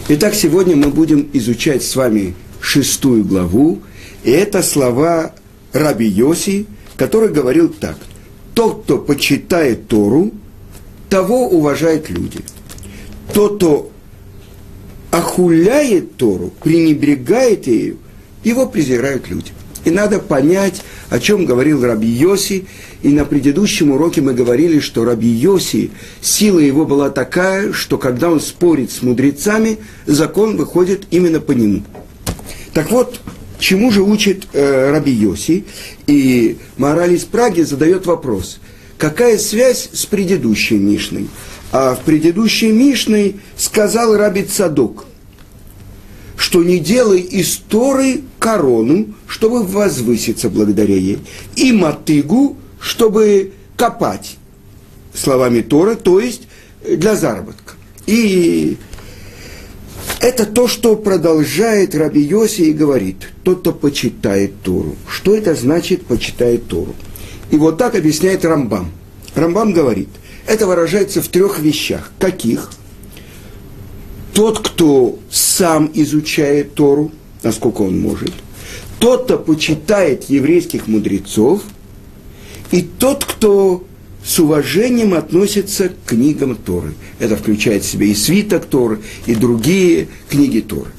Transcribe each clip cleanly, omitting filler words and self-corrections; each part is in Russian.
Итак, сегодня мы будем изучать с вами 6 главу, и это слова Раби Йоси, который говорил так: «Тот, кто почитает Тору, того уважают люди. Тот, кто охуляет Тору, пренебрегает ею, его презирают люди». И надо понять, о чем говорил Раби Йоси. И на предыдущем уроке мы говорили, что Раби Йоси, сила его была такая, что когда он спорит с мудрецами, закон выходит именно по нему. Так вот, чему же учит Раби Йоси? И Маораль из Праги задает вопрос: какая связь с предыдущей Мишной? А в предыдущей Мишной сказал Раби Цадок, что не делай из Торы корону, чтобы возвыситься благодаря ей, и мотыгу, чтобы копать словами Торы, то есть для заработка. И это то, что продолжает Раби Йоси и говорит: тот, кто почитает Тору. Что это значит почитает Тору? И вот так объясняет Рамбам. Рамбам говорит, это выражается в 3 вещах. Каких? Тот, кто сам изучает Тору, насколько он может, тот, кто почитает еврейских мудрецов, и тот, кто с уважением относится к книгам Торы. Это включает в себя и свиток Торы, и другие книги Торы.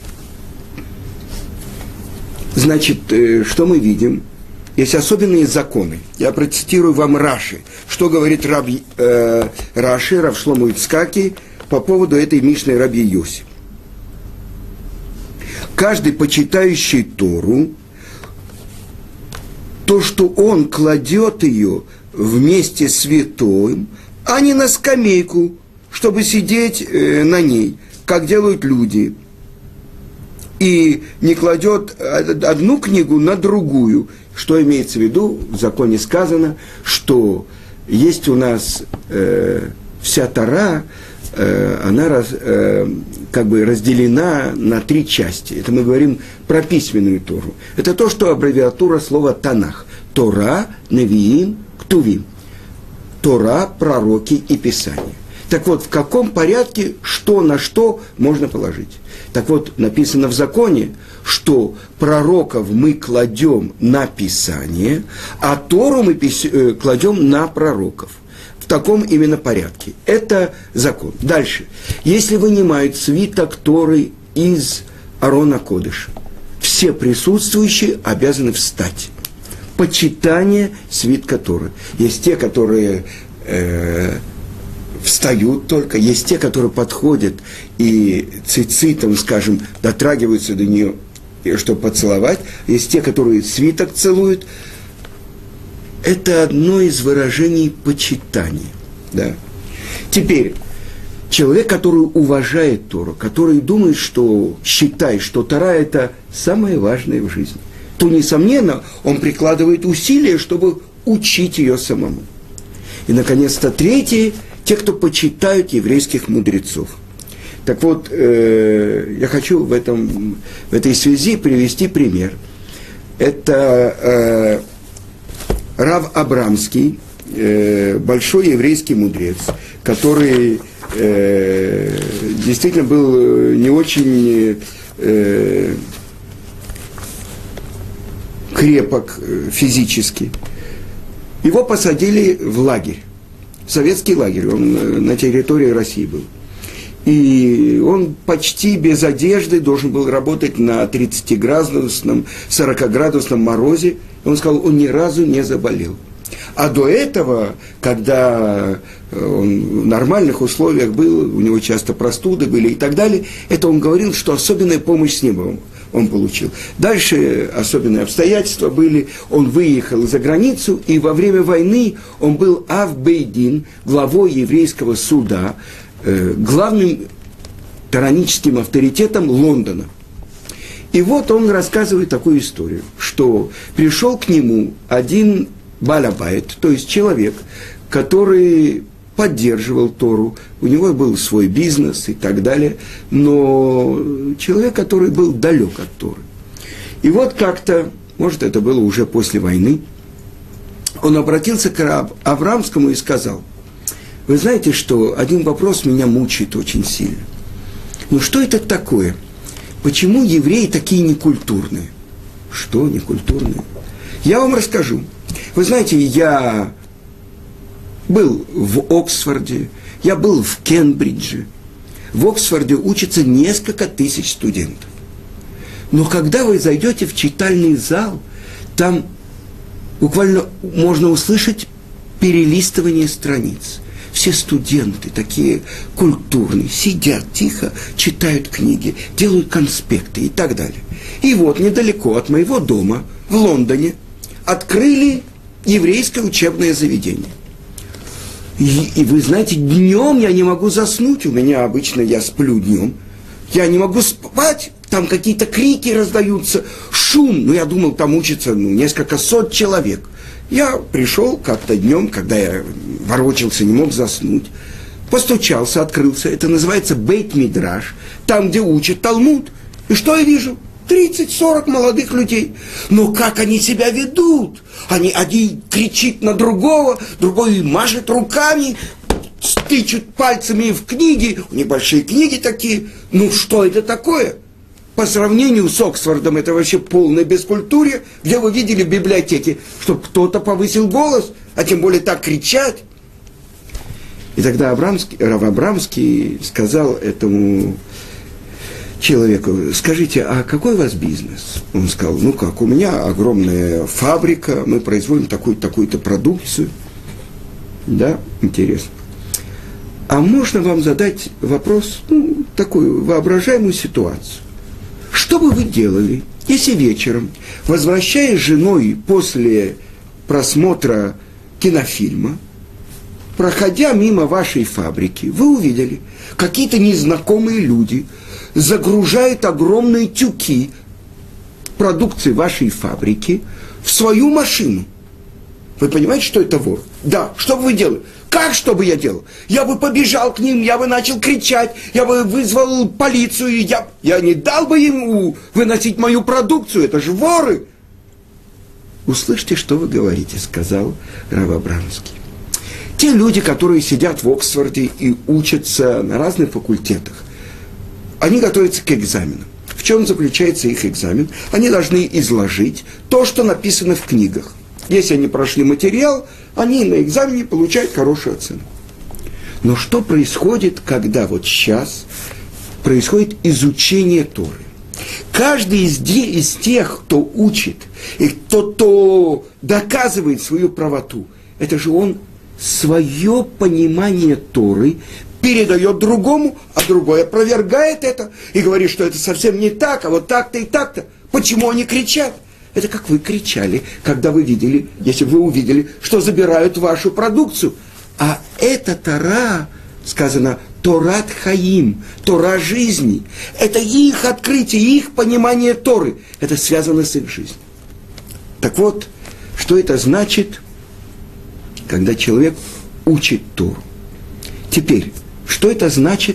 Значит, что мы видим? Есть особенные законы. Я процитирую вам Раши. Что говорит Раши, Рав Шломо Ицкаки, по поводу этой Мишны Раби Йоси. Каждый почитающий Тору, то, что он кладет ее вместе с святым, а не на скамейку, чтобы сидеть на ней, как делают люди, и не кладет одну книгу на другую. Что имеется в виду? В законе сказано, что есть у нас вся Тора, она как бы разделена на 3 части. Это мы говорим про письменную Тору. Это то, что аббревиатура слова Танах. Тора, Невиим, Ктувим. Тора, пророки и Писание. Так вот, в каком порядке, что на что можно положить? Так вот, написано в законе, что пророков мы кладем на Писание, а Тору мы кладем на пророков. В таком именно порядке. Это закон. Дальше. Если вынимают свиток Торы из Арона Кодыша, все присутствующие обязаны встать. Почитание свитка Торы. Есть те, которые встают только, есть те, которые подходят и цицитом, скажем, дотрагиваются до нее, чтобы поцеловать. Есть те, которые свиток целуют. Это одно из выражений почитания. Да. Теперь, человек, который уважает Тору, который думает, считает, что Тора – это самое важное в жизни, то, несомненно, он прикладывает усилия, чтобы учить ее самому. И, наконец-то, третье – те, кто почитают еврейских мудрецов. Так вот, я хочу в этой связи привести пример. Это Рав Абрамский, большой еврейский мудрец, который действительно был не очень крепок физически. Его посадили в лагерь, в советский лагерь, он на территории России был. И он почти без одежды должен был работать на 30-градусном, 40-градусном морозе. Он сказал, он ни разу не заболел. А до этого, когда он в нормальных условиях был, у него часто простуды были и так далее, это он говорил, что особенная помощь с неба он получил. Дальше особенные обстоятельства были. Он выехал за границу, и во время войны он был Ав-Бейдин, главой еврейского суда, главным тараническим авторитетом Лондона. И вот он рассказывает такую историю, что пришел к нему один балабайт, то есть человек, который поддерживал Тору, у него был свой бизнес и так далее, но человек, который был далек от Торы. И вот как-то, может, это было уже после войны, он обратился к Аврамскому и сказал: вы знаете, что один вопрос меня мучает очень сильно. Ну что это такое? Почему евреи такие некультурные? Что некультурные? Я вам расскажу. Вы знаете, я был в Оксфорде, я был в Кембридже. В Оксфорде учатся несколько тысяч студентов. Но когда вы зайдете в читальный зал, там буквально можно услышать перелистывание страниц. Все студенты такие культурные, сидят тихо, читают книги, делают конспекты и так далее. И вот недалеко от моего дома, в Лондоне, открыли еврейское учебное заведение. И вы знаете, днем я не могу заснуть, у меня обычно я сплю днем. Я не могу спать, там какие-то крики раздаются, шум. Ну, я думал, там учатся несколько сот человек. Я пришел как-то днем, когда я ворочался, не мог заснуть, постучался, открылся. Это называется бейт-мидраш, там, где учат Талмуд. И что я вижу? 30-40 молодых людей. Но как они себя ведут? Один кричит на другого, другой машет руками, тычут пальцами в книги. У них большие книги такие. Ну что это такое? По сравнению с Оксфордом, это вообще полное бескультурье. Где вы видели в библиотеке, чтобы кто-то повысил голос, а тем более так кричать? И тогда Рав Абрамский сказал этому человеку: скажите, а какой у вас бизнес? Он сказал: ну как, у меня огромная фабрика, мы производим такую-то продукцию. Да, интересно. А можно вам задать вопрос, такую воображаемую ситуацию. Что бы вы делали, если вечером, возвращаясь с женой после просмотра кинофильма, проходя мимо вашей фабрики, вы увидели, какие-то незнакомые люди загружают огромные тюки продукции вашей фабрики в свою машину? Вы понимаете, что это вор? Да. Что бы вы делали? Как, что бы я делал? Я бы побежал к ним, я бы начал кричать, я бы вызвал полицию, я не дал бы им выносить мою продукцию, это же воры. Услышьте, что вы говорите, сказал Рав Абрамский. Те люди, которые сидят в Оксфорде и учатся на разных факультетах, они готовятся к экзаменам. В чем заключается их экзамен? Они должны изложить то, что написано в книгах. Если они прошли материал, они на экзамене получают хорошую оценку. Но что происходит, когда вот сейчас происходит изучение Торы? Каждый из тех, кто учит, и кто доказывает свою правоту, это же он свое понимание Торы передает другому, а другой опровергает это и говорит, что это совсем не так, а вот так-то и так-то. Почему они кричат? Это как вы кричали, когда вы видели, если вы увидели, что забирают вашу продукцию. А это Тора, сказано, Торат Хаим, Тора жизни. Это их открытие, их понимание Торы. Это связано с их жизнью. Так вот, что это значит, когда человек учит Тору? Теперь, что это значит?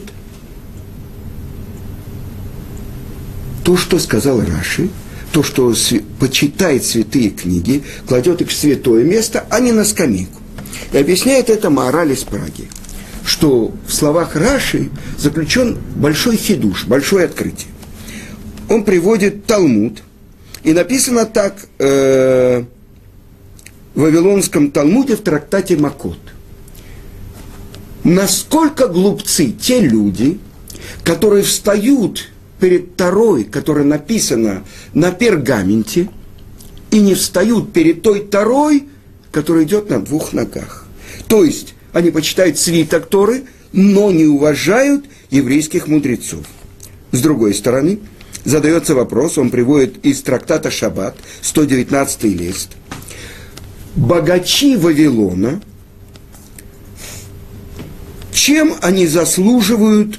То, что сказал Раши, то, что почитает святые книги, кладет их в святое место, а не на скамейку. И объясняет это Маораль из Праги, что в словах Раши заключен большой хидуш, большое открытие. Он приводит Талмуд, и написано так в Вавилонском Талмуде в трактате Макот. Насколько глупцы те люди, которые встают перед Торой, которая написана на пергаменте, и не встают перед той Торой, которая идет на двух ногах. То есть, они почитают свиток Торы, но не уважают еврейских мудрецов. С другой стороны, задается вопрос, он приводит из трактата Шаббат, 119 лист. Богачи Вавилона, чем они заслуживают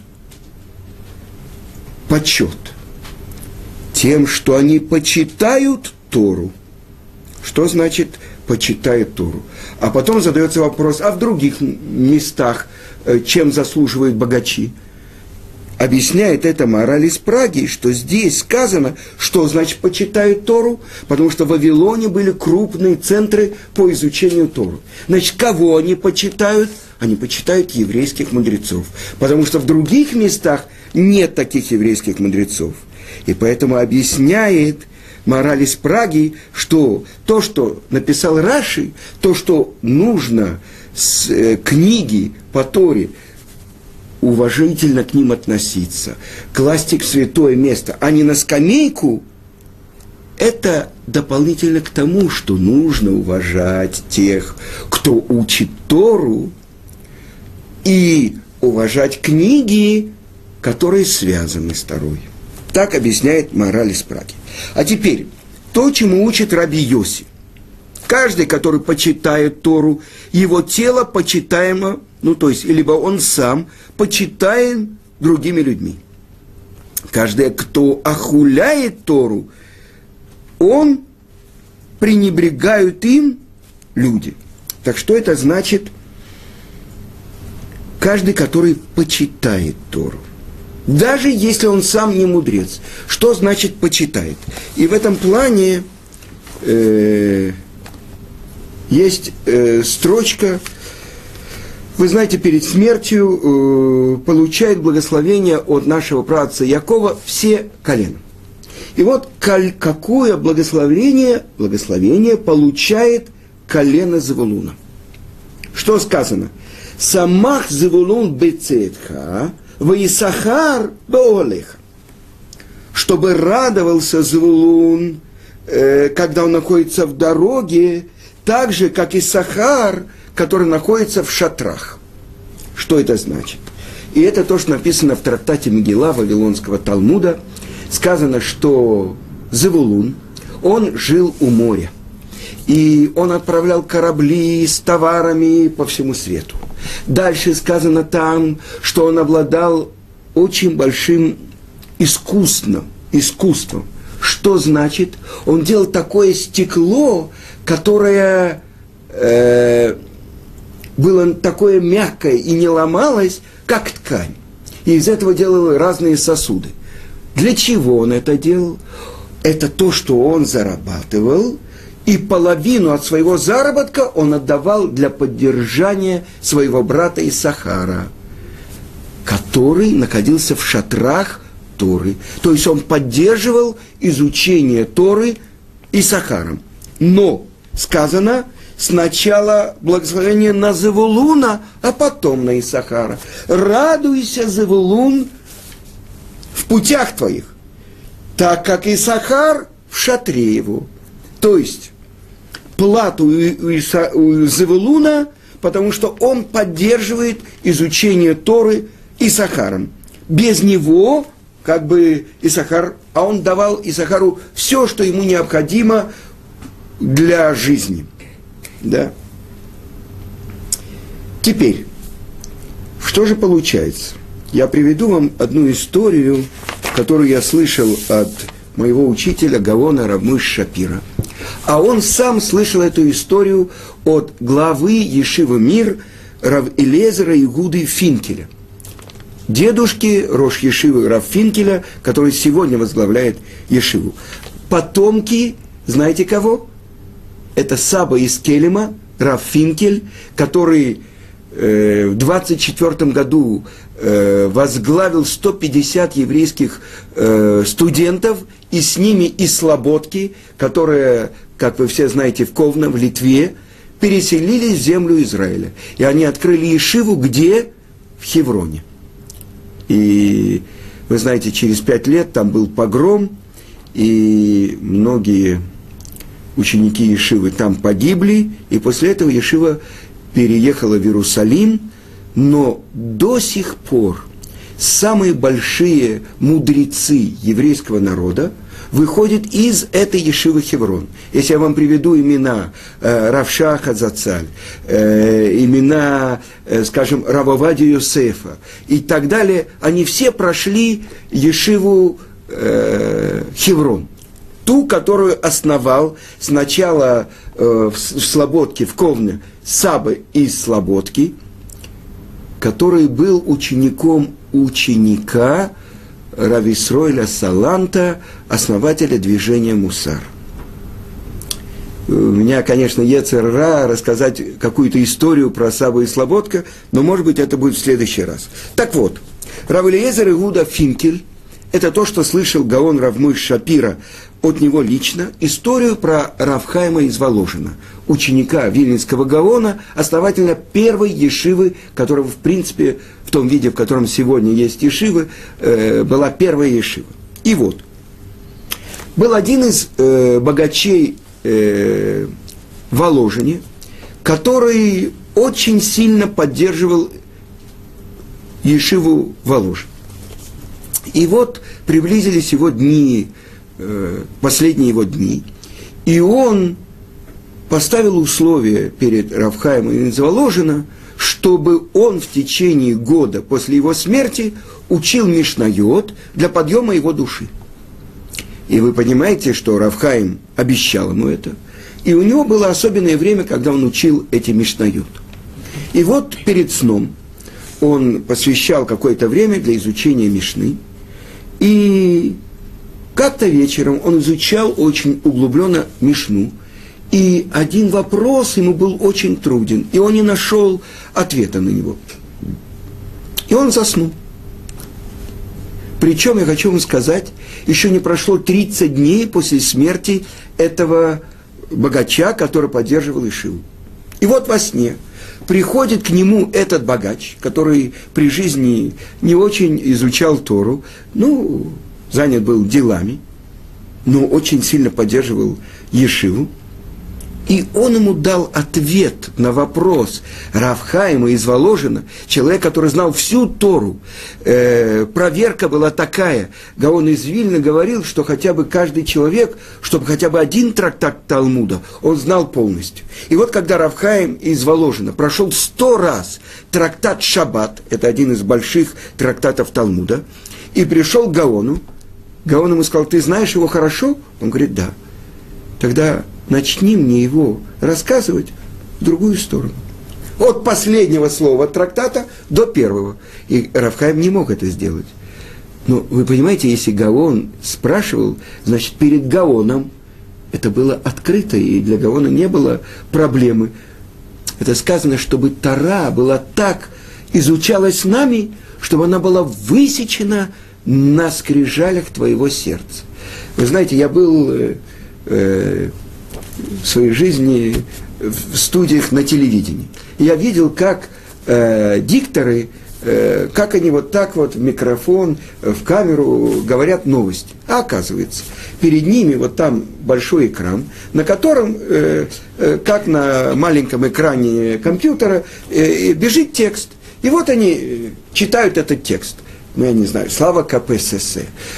почет? Тем, что они почитают Тору. Что значит почитают Тору? А потом задается вопрос, а в других местах чем заслуживают богачи? Объясняет это Маораль из Праги, что здесь сказано, что значит почитают Тору, потому что в Вавилоне были крупные центры по изучению Торы. Значит, кого они почитают? Они почитают еврейских мудрецов. Потому что в других местах нет таких еврейских мудрецов. И поэтому объясняет Маораль из Праги, что то, что написал Раши, то, что нужно с книги по Торе уважительно к ним относиться, класть их в святое место, а не на скамейку, это дополнительно к тому, что нужно уважать тех, кто учит Тору, и уважать книги, которые связаны с Торой. Так объясняет Маораль из Праги. А теперь, то, чему учит Раби Йоси. Каждый, который почитает Тору, его тело почитаемо, то есть, либо он сам почитаем другими людьми. Каждый, кто охуляет Тору, он пренебрегают им люди. Так что это значит? Каждый, который почитает Тору. Даже если он сам не мудрец. Что значит почитает? И в этом плане есть строчка, вы знаете, перед смертью получает благословение от нашего праотца Якова все колена. И вот какое благословение получает колено Завулуна. Что сказано? «Самах Завулун бецетха, ваисахар беолеха». Чтобы радовался Завулун, когда он находится в дороге, так же, как и Сахар, который находится в шатрах. Что это значит? И это то, что написано в трактате Мегилла Вавилонского Талмуда. Сказано, что Завулун, он жил у моря. И он отправлял корабли с товарами по всему свету. Дальше сказано там, что он обладал очень большим искусством. Что значит? Он делал такое стекло, которое было такое мягкое и не ломалось, как ткань. И из этого делал разные сосуды. Для чего он это делал? Это то, что он зарабатывал, и половину от своего заработка он отдавал для поддержания своего брата Исахара, который находился в шатрах Торы. То есть он поддерживал изучение Торы Исахаром. Но сказано сначала благословение на Завулуна, а потом на Исахара. Радуйся, Завулун, в путях твоих, так как Исахар в шатре его. То есть плату у Завулуна, потому что он поддерживает изучение Торы Исахаром. Без него, Исахар, а он давал Исахару все, что ему необходимо для жизни. Да. Теперь, что же получается? Я приведу вам одну историю, которую я слышал от моего учителя Гаона Рав Мойше Шапира. А он сам слышал эту историю от главы Ешивы Мир Рав Элиэзера Игуды Финкеля, дедушки Рош Ешивы Рав Финкеля, который сегодня возглавляет Ешиву. Потомки, знаете кого? Это Саба из Келема, Рав Финкель, который в 24 году возглавил 150 еврейских студентов, и с ними из Слободки, которые, как вы все знаете, в Ковно, в Литве, переселились в землю Израиля. И они открыли Ешиву где? В Хевроне. И вы знаете, через 5 лет там был погром, и многие ученики Ешивы там погибли, и после этого Ешива переехала в Иерусалим, но до сих пор самые большие мудрецы еврейского народа выходят из этой Ешивы Хеврон. Если я вам приведу имена Рав Шаха Зацаль, имена, скажем, Рав Овадия Йосефа и так далее, они все прошли Ешиву Хеврон. Ту, которую основал сначала в Слободке, в Ковне, Саба из Слободки, который был учеником ученика Рав Исроэля Саланта, основателя движения Мусар. У меня, конечно, йецер ра рассказать какую-то историю про Сабу и Слободка, но, может быть, это будет в следующий раз. Так вот, Рав Элиэзер Иуда Финкель, это то, что слышал Гаон Рав Мойше Шапира от него лично, историю про Рав Хаима из Воложина, ученика Вильнинского Гаона, основателя первой ешивы, которая, в принципе, в том виде, в котором сегодня есть ешивы, была первая ешива. И вот, был один из богачей в Воложине, который очень сильно поддерживал ешиву Воложин. И вот приблизились его дни, последние его дни, и он поставил условие перед Рав Хаимом из Воложина, чтобы он в течение года после его смерти учил Мишнайот для подъема его души. И вы понимаете, что Рав Хаим обещал ему это, и у него было особенное время, когда он учил эти Мишнайот. И вот перед сном он посвящал какое-то время для изучения Мишны, и как-то вечером он изучал очень углубленно Мишну, и один вопрос ему был очень труден, и он не нашел ответа на него. И он заснул. Причем, я хочу вам сказать, еще не прошло 30 дней после смерти этого богача, который поддерживал ешиву. И вот во сне приходит к нему этот богач, который при жизни не очень изучал Тору, занят был делами, но очень сильно поддерживал ешиву. И он ему дал ответ на вопрос Рав Хаима из Воложина, человек, который знал всю Тору. Проверка была такая. Гаон из Вильна говорил, что хотя бы каждый человек, чтобы хотя бы один трактат Талмуда, он знал полностью. И вот когда Рав Хаим из Воложина прошел 100 раз трактат Шаббат, это один из больших трактатов Талмуда, и пришел к Гаону, Гаон ему сказал: ты знаешь его хорошо? Он говорит: да. Тогда начни мне его рассказывать в другую сторону. От последнего слова трактата до первого. И Рав Хаим не мог это сделать. Но вы понимаете, если Гаон спрашивал, значит, перед Гаоном это было открыто, и для Гаона не было проблемы. Это сказано, чтобы Тора была так, изучалась нами, чтобы она была высечена на скрижалях твоего сердца. Вы знаете, я был в своей жизни в студиях на телевидении. И я видел, как дикторы, как они вот так вот в микрофон, в камеру говорят новости. А оказывается, перед ними вот там большой экран, на котором, как на маленьком экране компьютера, бежит текст. И вот они читают этот текст. Я не знаю, слава КПСС.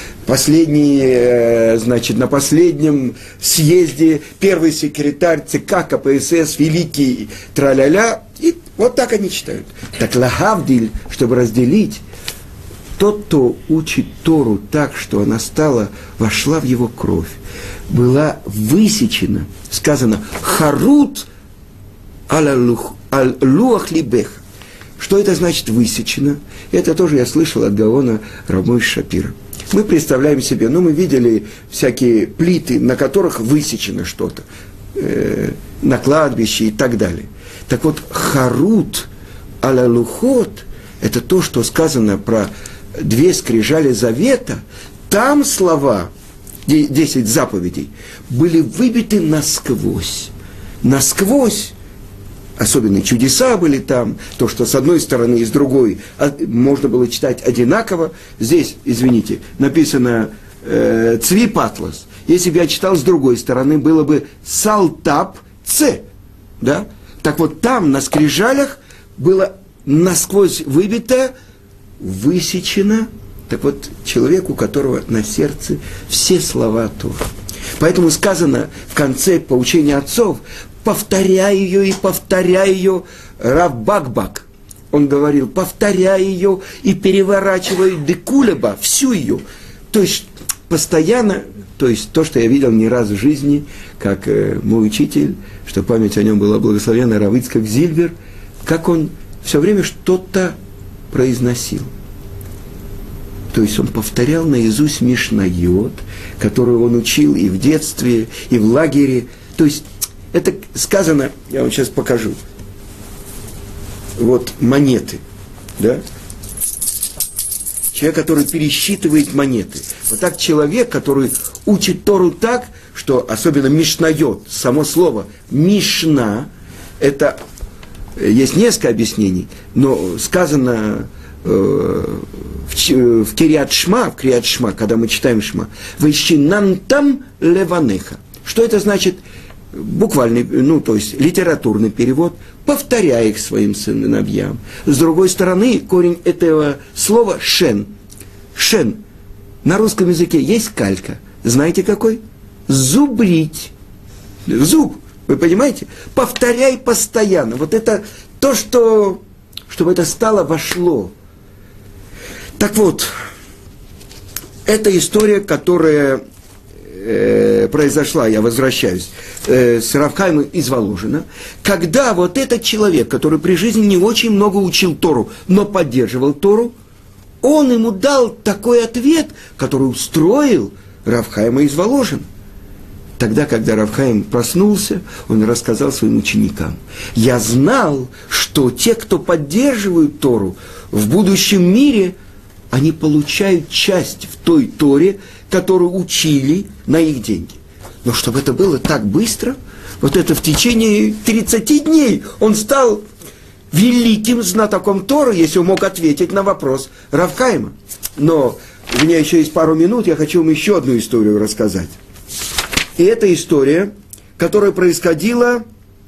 На последнем съезде первый секретарь ЦК КПСС, великий тра-ля-ля, и вот так они читают. Так лагавдиль, чтобы разделить, тот, кто учит Тору так, что она вошла в его кровь, была высечена, сказано, харут аль-луах либеха. Что это значит высечено? Это тоже я слышал от Гаона Рав Мойше Шапира. Мы представляем себе, мы видели всякие плиты, на которых высечено что-то, на кладбище и так далее. Так вот, харут аля лухот, это то, что сказано про 2 скрижали завета, там слова, 10 заповедей, были выбиты насквозь. Насквозь. Особенные чудеса были там, то, что с одной стороны и с другой можно было читать одинаково. Здесь, извините, написано «Цви патлас». Если бы я читал с другой стороны, было бы «Салтап Ц». Да? Так вот там, на скрижалях, было насквозь выбито, высечено, так вот, человек, у которого на сердце все слова Торы. Поэтому сказано в конце поучения отцов: повторяй ее и повторяй ее. Рав Бакбак, он говорил, повторяй ее и переворачивай декулеба, всю ее. То есть постоянно, то есть то, что я видел не раз в жизни, как мой учитель, что память о нем была благословенна, Рав Ицхак Зильбер, как он все время что-то произносил. То есть он повторял наизусть Мишнайот, которую он учил и в детстве, и в лагере. То есть это сказано, я вам сейчас покажу. Вот монеты, да? человек, который пересчитывает монеты. Вот так человек, который учит Тору так, что особенно мишнайот, само слово мишна, это есть несколько объяснений, но сказано в Кириат Шма, когда мы читаем Шма, «Вайщинантам леванеха». Что это значит? Буквальный, то есть литературный перевод, повторяя их своим сыновьям. С другой стороны, корень этого слова «шен». «Шен». На русском языке есть калька. Знаете какой? Зубрить. Зуб. Вы понимаете? Повторяй постоянно. Вот это то, чтобы это вошло. Так вот, это история, которая произошла, я возвращаюсь, с Рав Хаимом из Воложина, когда вот этот человек, который при жизни не очень много учил Тору, но поддерживал Тору, он ему дал такой ответ, который устроил Рав Хаима из Воложина. Тогда, когда Рав Хаим проснулся, он рассказал своим ученикам: «Я знал, что те, кто поддерживают Тору, в будущем мире, они получают часть в той Торе, которую учили на их деньги. Но чтобы это было так быстро, вот это в течение 30 дней он стал великим знатоком Торы, если он мог ответить на вопрос Рав Хаима. Но у меня еще есть пару минут, я хочу вам еще одну историю рассказать. И это история, которая происходила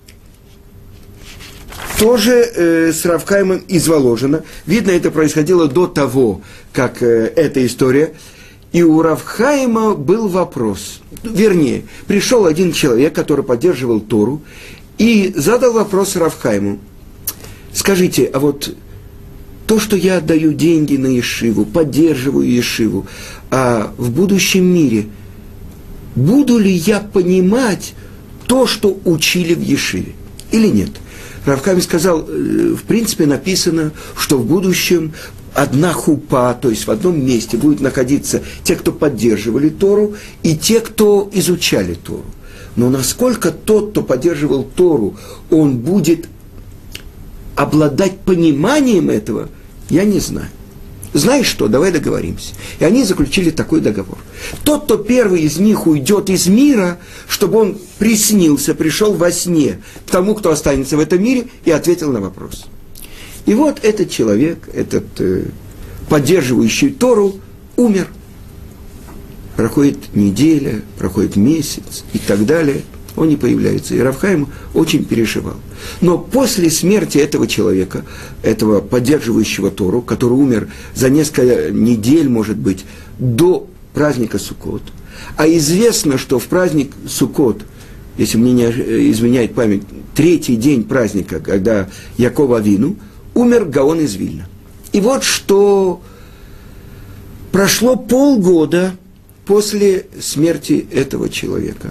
тоже с Рав Хаимом из Воложина. Видно, это происходило до того, как эта история. И у Рав Хаима был вопрос. Вернее, пришел один человек, который поддерживал Тору, и задал вопрос Рав Хаиму. Скажите, а вот то, что я отдаю деньги на ешиву, поддерживаю ешиву, а в будущем мире буду ли я понимать то, что учили в ешиве, или нет? Рав Хаим сказал, в принципе, написано, что в будущем одна хупа, то есть в одном месте будут находиться те, кто поддерживали Тору, и те, кто изучали Тору. Но насколько тот, кто поддерживал Тору, он будет обладать пониманием этого, я не знаю. Знаешь что, давай договоримся. И они заключили такой договор. Тот, кто первый из них уйдет из мира, чтобы он приснился, пришел во сне к тому, кто останется в этом мире, и ответил на вопрос. И вот этот человек, поддерживающий Тору, умер. Проходит неделя, проходит месяц и так далее. Он не появляется. И Рав Хаим очень переживал. Но после смерти этого человека, этого поддерживающего Тору, который умер за несколько недель, может быть, до праздника Суккот, а известно, что в праздник Суккот, если мне не изменяет память, 3-й день праздника, когда Яков Авину, умер Гаон из Вильна. И вот что прошло полгода после смерти этого человека.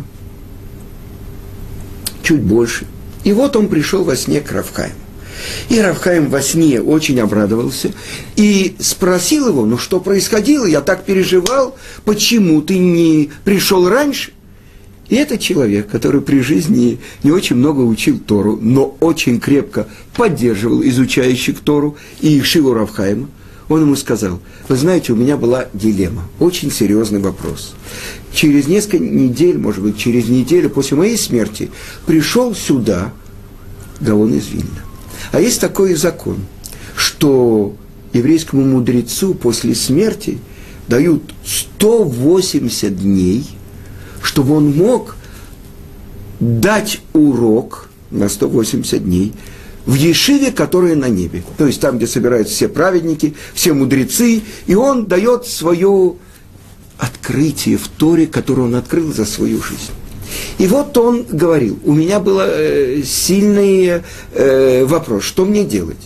Чуть больше. И вот он пришел во сне к Рав Хаиму. И Рав Хаим во сне очень обрадовался и спросил его, ну что происходило, я так переживал, почему ты не пришел раньше? И этот человек, который при жизни не очень много учил Тору, но очень крепко поддерживал изучающих Тору и ешиву Рав Хаима, он ему сказал: вы знаете, у меня была дилемма, очень серьезный вопрос. Через несколько недель, может быть, через неделю после моей смерти пришел сюда Гаон из Вильна. А есть такой закон, что еврейскому мудрецу после смерти дают 180 дней, чтобы он мог дать урок на 180 дней в ешиве, которая на небе. То есть там, где собираются все праведники, все мудрецы, и он дает свое открытие в Торе, которое он открыл за свою жизнь. И вот он говорил, у меня был сильный вопрос, что мне делать?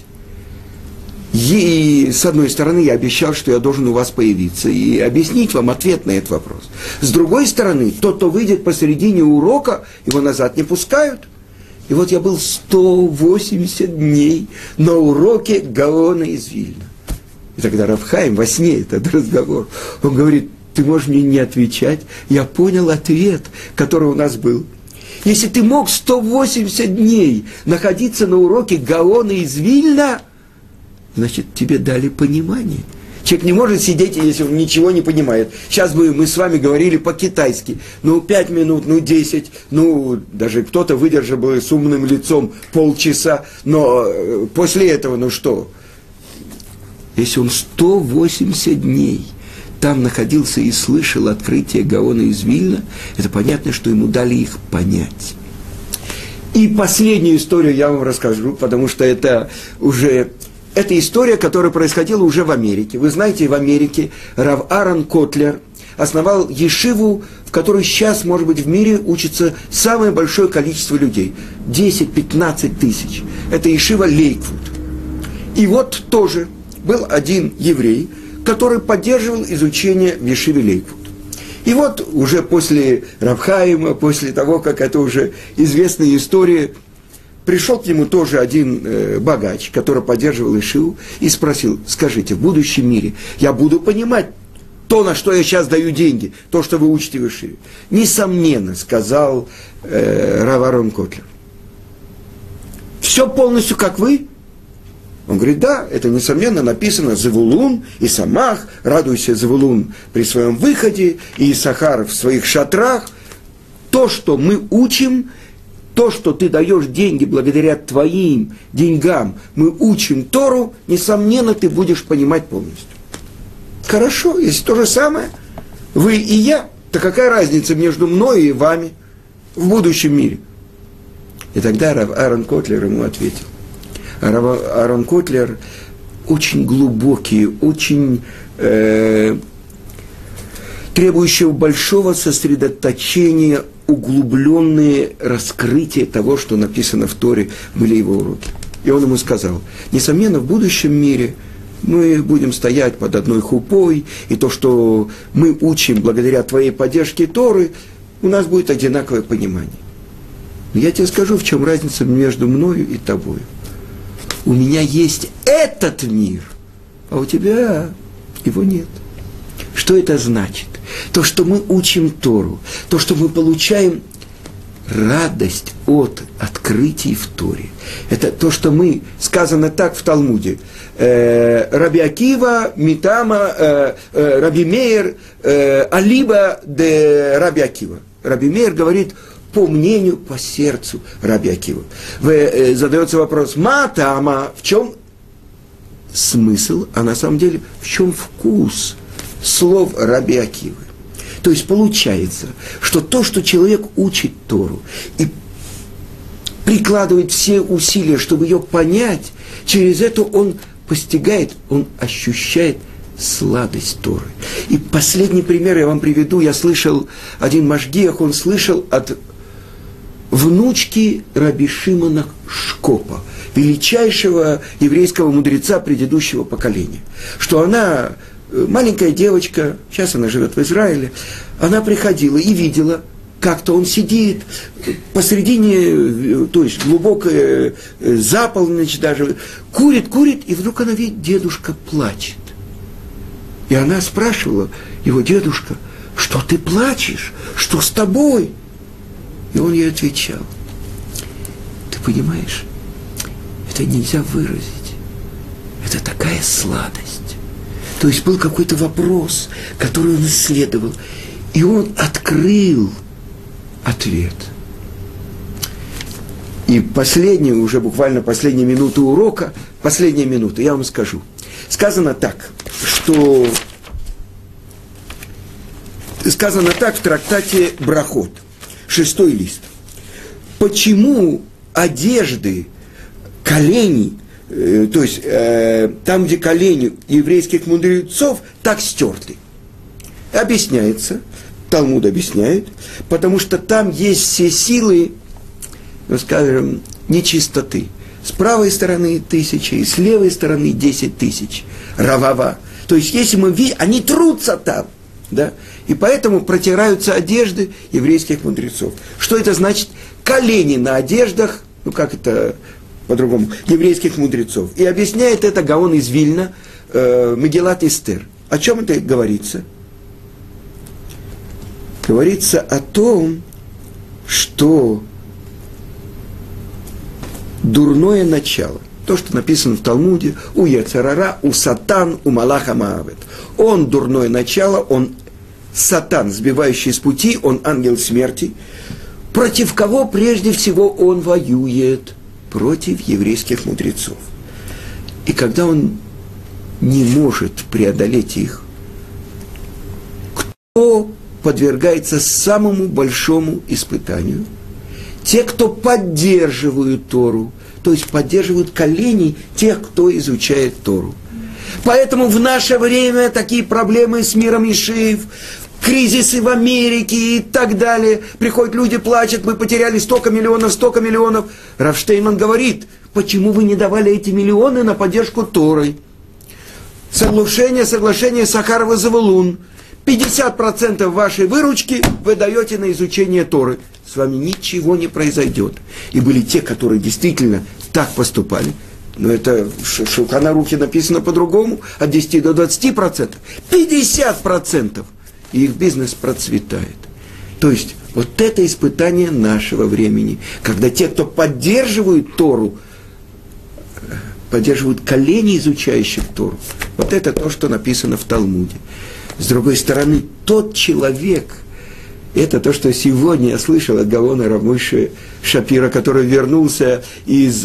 И, с одной стороны, я обещал, что я должен у вас появиться и объяснить вам ответ на этот вопрос. С другой стороны, тот, кто выйдет посередине урока, его назад не пускают. И вот я был 180 дней на уроке Гаона из Вильна. И тогда Рав Хаим во сне этот разговор, он говорит: ты можешь мне не отвечать, я понял ответ, который у нас был. Если ты мог 180 дней находиться на уроке Гаона из Вильна, значит, тебе дали понимание. Человек не может сидеть, если он ничего не понимает. Сейчас бы мы с вами говорили по-китайски. 5 минут, 10, даже кто-то выдержал бы с умным лицом полчаса. Но после этого, что? Если он 180 дней там находился и слышал открытие Гаона из Вильна, это понятно, что ему дали их понять. И последнюю историю я вам расскажу, потому что это история, которая происходила уже в Америке. Вы знаете, в Америке Рав Аарон Котлер основал ешиву, в которой сейчас, может быть, в мире учится самое большое количество людей. 10-15 тысяч. Это ешива Лейквуд. И вот тоже был один еврей, который поддерживал изучение в ешиве Лейквуд. И вот уже после Рав Хаима, после того, как это уже известная история, пришел к нему тоже один богач, который поддерживал ешиву, и спросил: скажите, в будущем мире я буду понимать то, на что я сейчас даю деньги, то, что вы учите в ешиве? Несомненно, сказал Рав Аарон Котлер. Все полностью как вы? Он говорит: да, это несомненно написано: Зевулун и Самах, радуйся, Зевулун, при своем выходе, и Исахар в своих шатрах. То, что мы учим, то, что ты даешь деньги благодаря твоим деньгам, мы учим Тору, несомненно, ты будешь понимать полностью. Хорошо, если то же самое, вы и я, то какая разница между мной и вами в будущем мире? И тогда Рав Аарон Котлер ему ответил. Рав Аарон Котлер очень глубокий, очень требующего большого сосредоточения, углубленные раскрытия того, что написано в Торе, были его уроки. И он ему сказал: несомненно, в будущем мире мы будем стоять под одной хупой, и то, что мы учим благодаря твоей поддержке Торы, у нас будет одинаковое понимание. Но я тебе скажу, в чем разница между мною и тобою. У меня есть этот мир, а у тебя его нет. Что это значит? То, что мы учим Тору, то, что мы получаем радость от открытий в Торе. Это то, что мы, сказано так в Талмуде, Раби Акива, Митама, Раби Меир, Алиба де Раби Акива. Раби Меир говорит: по мнению, по сердцу Раби Акива. Задается вопрос: Матама, в чем смысл, а на самом деле в чем вкус слов Раби Акивы? То есть получается, что то, что человек учит Тору и прикладывает все усилия, чтобы ее понять, через это он постигает, он ощущает сладость Торы. И последний пример я вам приведу. Я слышал, один машгиах, он слышал от внучки Раби Шимона Шкопа, величайшего еврейского мудреца предыдущего поколения, что она, маленькая девочка, сейчас она живет в Израиле, она приходила и видела, как-то он сидит посредине, то есть глубокая заполночь даже, курит, и вдруг она видит, дедушка плачет. И она спрашивала его: дедушка, что ты плачешь? Что с тобой? И он ей отвечал: ты понимаешь, это нельзя выразить. Это такая сладость. То есть был какой-то вопрос, который он исследовал, и он открыл ответ. И последняя, уже буквально последняя минута урока, последняя минута, я вам скажу. Сказано так, в трактате Брахот, 6-й лист. Почему одежды коленей, то есть там, где колени еврейских мудрецов, так стерты? Объясняется, Талмуд объясняет, потому что там есть все силы, скажем, нечистоты. С правой стороны 1000, и с левой стороны 10 тысяч. Равава. То есть, если мы видим, они трутся там. Да? И поэтому протираются одежды еврейских мудрецов. Что это значит? Колени на одеждах, как это по-другому, еврейских мудрецов. И объясняет это Гаон из Вильна, Мегилат Эстер. О чем это говорится? Говорится о том, что дурное начало, То, что написано в Талмуде, у Яцерара, у Сатан, у Малаха Маавет. Он дурное начало, он Сатан, сбивающий с пути, он ангел смерти. Против кого прежде всего он воюет? Против еврейских мудрецов. И когда он не может преодолеть их, кто подвергается самому большому испытанию? Те, кто поддерживают Тору, то есть поддерживают колени тех, кто изучает Тору. Поэтому в наше время такие проблемы с миром Ишив, кризисы в Америке и так далее. Приходят люди, плачут, мы потеряли столько миллионов. Рав Штейнман говорит, почему вы не давали эти миллионы на поддержку Торы? Соглашение Сахарова-Завулун. 50% вашей выручки вы даете на изучение Торы. С вами ничего не произойдет. И были те, которые действительно так поступали. Но это в Шулхан Арухе написано по-другому. От 10 до 20%. 50%. И их бизнес процветает. То есть, вот это испытание нашего времени. Когда те, кто поддерживают Тору, поддерживают колени изучающих Тору. Вот это то, что написано в Талмуде. С другой стороны, тот человек, это то, что сегодня я слышал от Гаона Рав Мойше Шапира, который вернулся из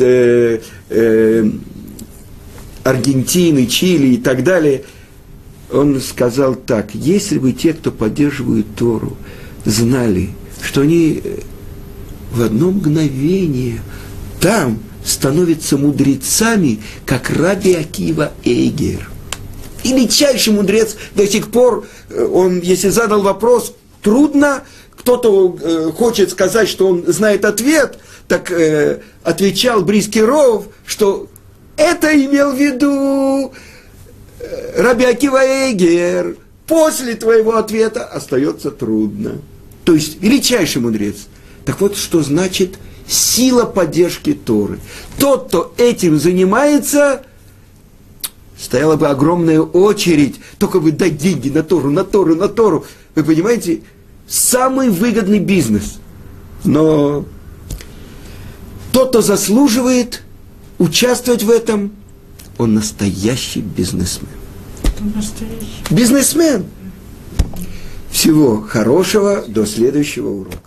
Аргентины, Чили и так далее. Он сказал так: если бы те, кто поддерживают Тору, знали, что они в одно мгновение там становятся мудрецами, как Раби Акива Эйгер. И величайший мудрец до сих пор, он, если задал вопрос, трудно, кто-то хочет сказать, что он знает ответ, так отвечал Брийский Ров, что это имел в виду Раби Акива Эйгер. После твоего ответа остается трудно. То есть величайший мудрец. Так вот, что значит сила поддержки Торы. Тот, кто этим занимается, стояла бы огромная очередь, только бы дать деньги на Тору. Вы понимаете, самый выгодный бизнес. Но тот, кто заслуживает участвовать в этом, он настоящий бизнесмен. Бизнесмен. Всего хорошего, до следующего урока.